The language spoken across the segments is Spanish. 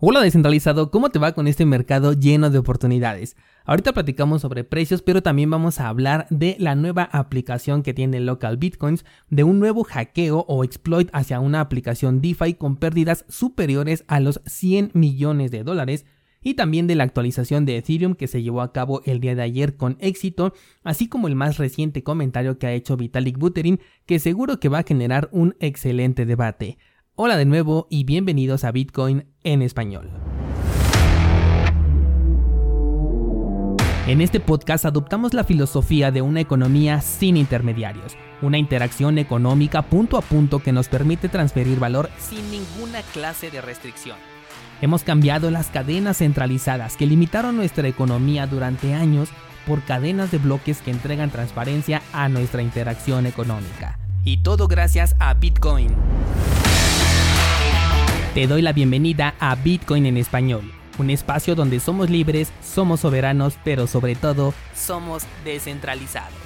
Hola descentralizado, ¿cómo te va con este mercado lleno de oportunidades? Ahorita platicamos sobre precios, pero también vamos a hablar de la nueva aplicación que tiene Local Bitcoins, de un nuevo hackeo o exploit hacia una aplicación DeFi con pérdidas superiores a los $100 millones, y también de la actualización de Ethereum que se llevó a cabo el día de ayer con éxito, así como el más reciente comentario que ha hecho Vitalik Buterin, que seguro que va a generar un excelente debate. Hola de nuevo y bienvenidos a Bitcoin en español. En este podcast adoptamos la filosofía de una economía sin intermediarios, una interacción económica punto a punto que nos permite transferir valor sin ninguna clase de restricción. Hemos cambiado las cadenas centralizadas que limitaron nuestra economía durante años por cadenas de bloques que entregan transparencia a nuestra interacción económica. Y todo gracias a Bitcoin. Te doy la bienvenida a Bitcoin en español, un espacio donde somos libres, somos soberanos, pero sobre todo, somos descentralizados.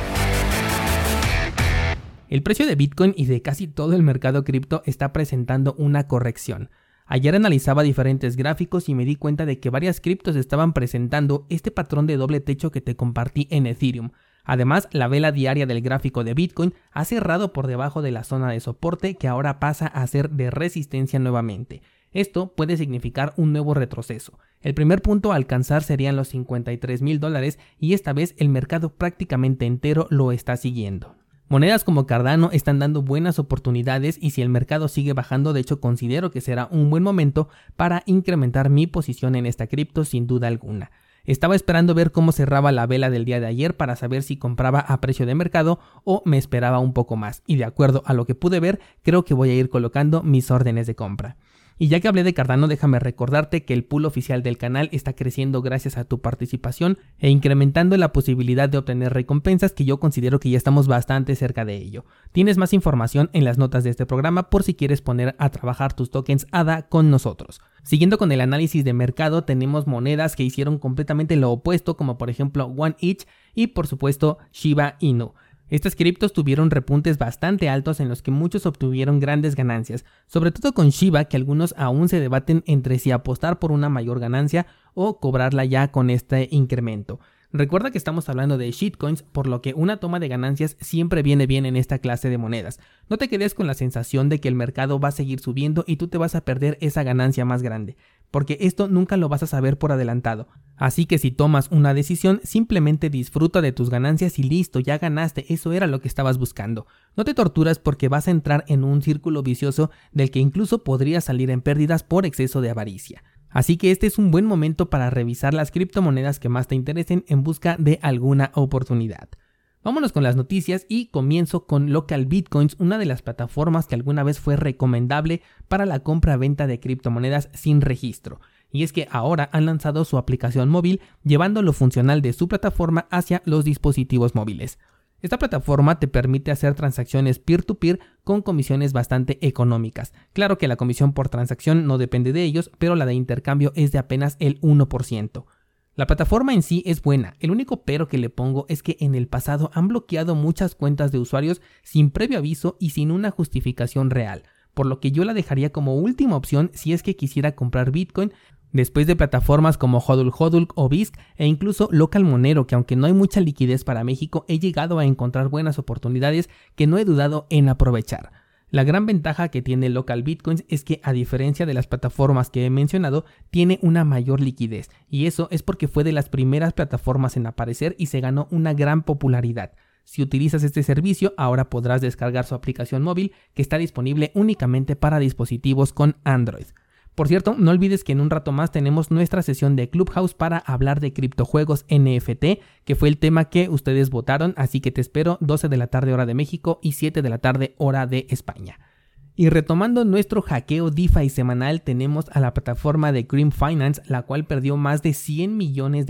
El precio de Bitcoin y de casi todo el mercado cripto está presentando una corrección. Ayer analizaba diferentes gráficos y me di cuenta de que varias criptos estaban presentando este patrón de doble techo que te compartí en Ethereum. Además, la vela diaria del gráfico de Bitcoin ha cerrado por debajo de la zona de soporte que ahora pasa a ser de resistencia nuevamente. Esto puede significar un nuevo retroceso. El primer punto a alcanzar serían los $53,000 y esta vez el mercado prácticamente entero lo está siguiendo. Monedas como Cardano están dando buenas oportunidades y si el mercado sigue bajando, de hecho considero que será un buen momento para incrementar mi posición en esta cripto sin duda alguna. Estaba esperando ver cómo cerraba la vela del día de ayer para saber si compraba a precio de mercado o me esperaba un poco más y de acuerdo a lo que pude ver, creo que voy a ir colocando mis órdenes de compra. Y ya que hablé de Cardano, déjame recordarte que el pool oficial del canal está creciendo gracias a tu participación e incrementando la posibilidad de obtener recompensas que yo considero que ya estamos bastante cerca de ello. Tienes más información en las notas de este programa por si quieres poner a trabajar tus tokens ADA con nosotros. Siguiendo con el análisis de mercado, tenemos monedas que hicieron completamente lo opuesto, como por ejemplo OneEach y por supuesto Shiba Inu. Estas criptos tuvieron repuntes bastante altos en los que muchos obtuvieron grandes ganancias, sobre todo con Shiba, que algunos aún se debaten entre si apostar por una mayor ganancia o cobrarla ya con este incremento. Recuerda que estamos hablando de shitcoins, por lo que una toma de ganancias siempre viene bien en esta clase de monedas. No te quedes con la sensación de que el mercado va a seguir subiendo y tú te vas a perder esa ganancia más grande, porque esto nunca lo vas a saber por adelantado. Así que si tomas una decisión, simplemente disfruta de tus ganancias y listo, ya ganaste, eso era lo que estabas buscando. No te torturas porque vas a entrar en un círculo vicioso del que incluso podrías salir en pérdidas por exceso de avaricia. Así que este es un buen momento para revisar las criptomonedas que más te interesen en busca de alguna oportunidad. Vámonos con las noticias y comienzo con Local Bitcoins, una de las plataformas que alguna vez fue recomendable para la compra-venta de criptomonedas sin registro. Y es que ahora han lanzado su aplicación móvil llevando lo funcional de su plataforma hacia los dispositivos móviles. Esta plataforma te permite hacer transacciones peer-to-peer con comisiones bastante económicas. Claro que la comisión por transacción no depende de ellos, pero la de intercambio es de apenas el 1%. La plataforma en sí es buena, el único pero que le pongo es que en el pasado han bloqueado muchas cuentas de usuarios sin previo aviso y sin una justificación real, por lo que yo la dejaría como última opción si es que quisiera comprar Bitcoin, después de plataformas como HODL o BISC e incluso Local Monero, que aunque no hay mucha liquidez para México, he llegado a encontrar buenas oportunidades que no he dudado en aprovechar. La gran ventaja que tiene Local Bitcoins es que, a diferencia de las plataformas que he mencionado, tiene una mayor liquidez, y eso es porque fue de las primeras plataformas en aparecer y se ganó una gran popularidad. Si utilizas este servicio, ahora podrás descargar su aplicación móvil, que está disponible únicamente para dispositivos con Android. Por cierto, no olvides que en un rato más tenemos nuestra sesión de Clubhouse para hablar de criptojuegos NFT, que fue el tema que ustedes votaron, así que te espero 12 de la tarde hora de México y 7 de la tarde hora de España. Y retomando nuestro hackeo DeFi semanal, tenemos a la plataforma de Cream Finance, la cual perdió más de $100 millones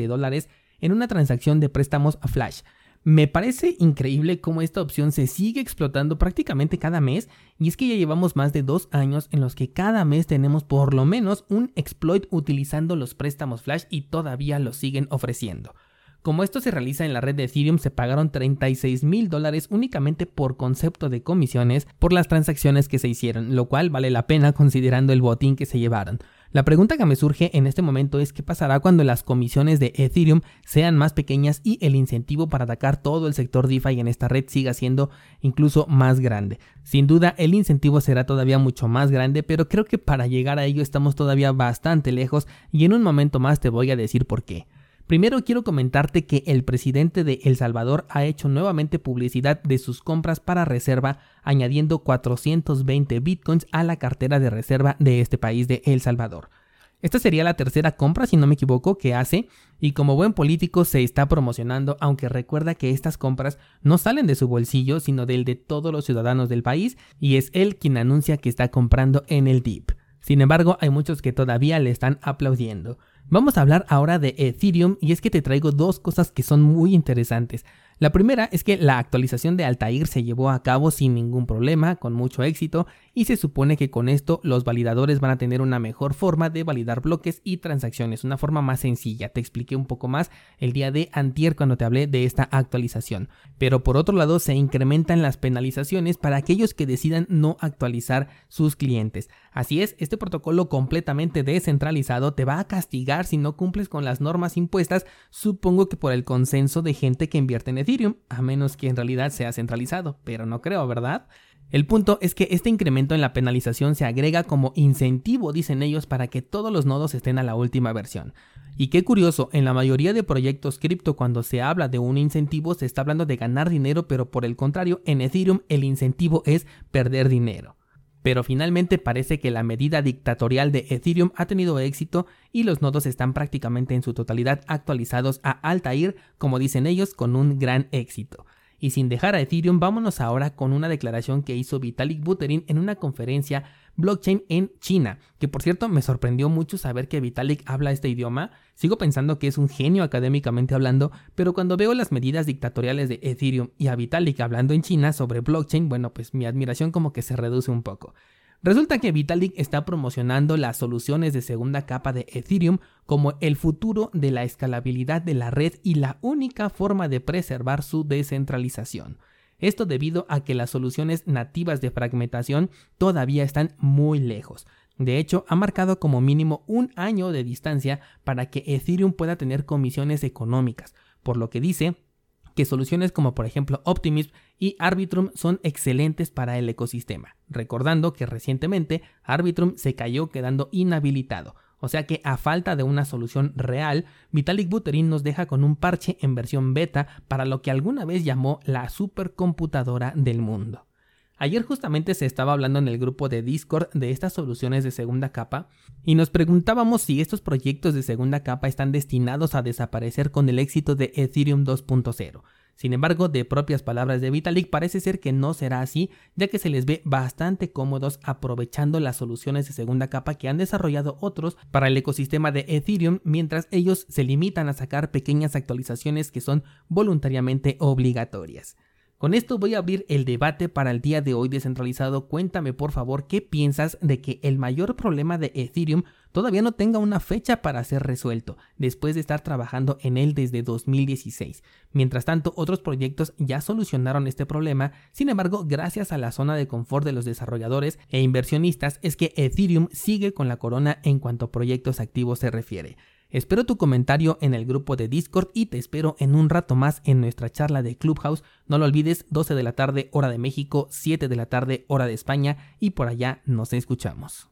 en una transacción de préstamos a Flash. Me parece increíble cómo esta opción se sigue explotando prácticamente cada mes, y es que ya llevamos más de 2 años en los que cada mes tenemos por lo menos un exploit utilizando los préstamos Flash y todavía los siguen ofreciendo. Como esto se realiza en la red de Ethereum, se pagaron $36,000 únicamente por concepto de comisiones por las transacciones que se hicieron, lo cual vale la pena considerando el botín que se llevaron. La pregunta que me surge en este momento es qué pasará cuando las comisiones de Ethereum sean más pequeñas y el incentivo para atacar todo el sector DeFi en esta red siga siendo incluso más grande. Sin duda el incentivo será todavía mucho más grande, pero creo que para llegar a ello estamos todavía bastante lejos y en un momento más te voy a decir por qué. Primero quiero comentarte que el presidente de El Salvador ha hecho nuevamente publicidad de sus compras para reserva, añadiendo 420 bitcoins a la cartera de reserva de este país de El Salvador. Esta sería la tercera compra, si no me equivoco, que hace, y como buen político se está promocionando, aunque recuerda que estas compras no salen de su bolsillo, sino del de todos los ciudadanos del país, y es él quien anuncia que está comprando en el DIP. Sin embargo, hay muchos que todavía le están aplaudiendo. Vamos a hablar ahora de Ethereum y es que te traigo dos cosas que son muy interesantes. La primera es que la actualización de Altair se llevó a cabo sin ningún problema, con mucho éxito, y se supone que con esto los validadores van a tener una mejor forma de validar bloques y transacciones, una forma más sencilla. Te expliqué un poco más el día de antier cuando te hablé de esta actualización. Pero por otro lado se incrementan las penalizaciones para aquellos que decidan no actualizar sus clientes. Así es, este protocolo completamente descentralizado te va a castigar si no cumples con las normas impuestas, supongo que por el consenso de gente que invierte en Ethereum, a menos que en realidad sea centralizado, pero no creo, ¿verdad? El punto es que este incremento en la penalización se agrega como incentivo, dicen ellos, para que todos los nodos estén a la última versión. Y qué curioso, en la mayoría de proyectos cripto cuando se habla de un incentivo se está hablando de ganar dinero, pero por el contrario, en Ethereum el incentivo es perder dinero. Pero finalmente parece que la medida dictatorial de Ethereum ha tenido éxito y los nodos están prácticamente en su totalidad actualizados a Altair, como dicen ellos, con un gran éxito. Y sin dejar a Ethereum, vámonos ahora con una declaración que hizo Vitalik Buterin en una conferencia blockchain en China, que por cierto me sorprendió mucho saber que Vitalik habla este idioma. Sigo pensando que es un genio académicamente hablando, pero cuando veo las medidas dictatoriales de Ethereum y a Vitalik hablando en China sobre blockchain, bueno, pues mi admiración como que se reduce un poco. Resulta que Vitalik está promocionando las soluciones de segunda capa de Ethereum como el futuro de la escalabilidad de la red y la única forma de preservar su descentralización. Esto debido a que las soluciones nativas de fragmentación todavía están muy lejos. De hecho, ha marcado como mínimo un año de distancia para que Ethereum pueda tener comisiones económicas, por lo que dice que soluciones como por ejemplo Optimism y Arbitrum son excelentes para el ecosistema, recordando que recientemente Arbitrum se cayó quedando inhabilitado, o sea que a falta de una solución real, Vitalik Buterin nos deja con un parche en versión beta para lo que alguna vez llamó la supercomputadora del mundo. Ayer justamente se estaba hablando en el grupo de Discord de estas soluciones de segunda capa y nos preguntábamos si estos proyectos de segunda capa están destinados a desaparecer con el éxito de Ethereum 2.0. Sin embargo, de propias palabras de Vitalik, parece ser que no será así, ya que se les ve bastante cómodos aprovechando las soluciones de segunda capa que han desarrollado otros para el ecosistema de Ethereum, mientras ellos se limitan a sacar pequeñas actualizaciones que son voluntariamente obligatorias. Con esto voy a abrir el debate para el día de hoy descentralizado. Cuéntame por favor qué piensas de que el mayor problema de Ethereum todavía no tenga una fecha para ser resuelto, después de estar trabajando en él desde 2016. Mientras tanto, otros proyectos ya solucionaron este problema, sin embargo, gracias a la zona de confort de los desarrolladores e inversionistas es que Ethereum sigue con la corona en cuanto a proyectos activos se refiere. Espero tu comentario en el grupo de Discord y te espero en un rato más en nuestra charla de Clubhouse. No lo olvides, 12 de la tarde hora de México, 7 de la tarde hora de España y por allá nos escuchamos.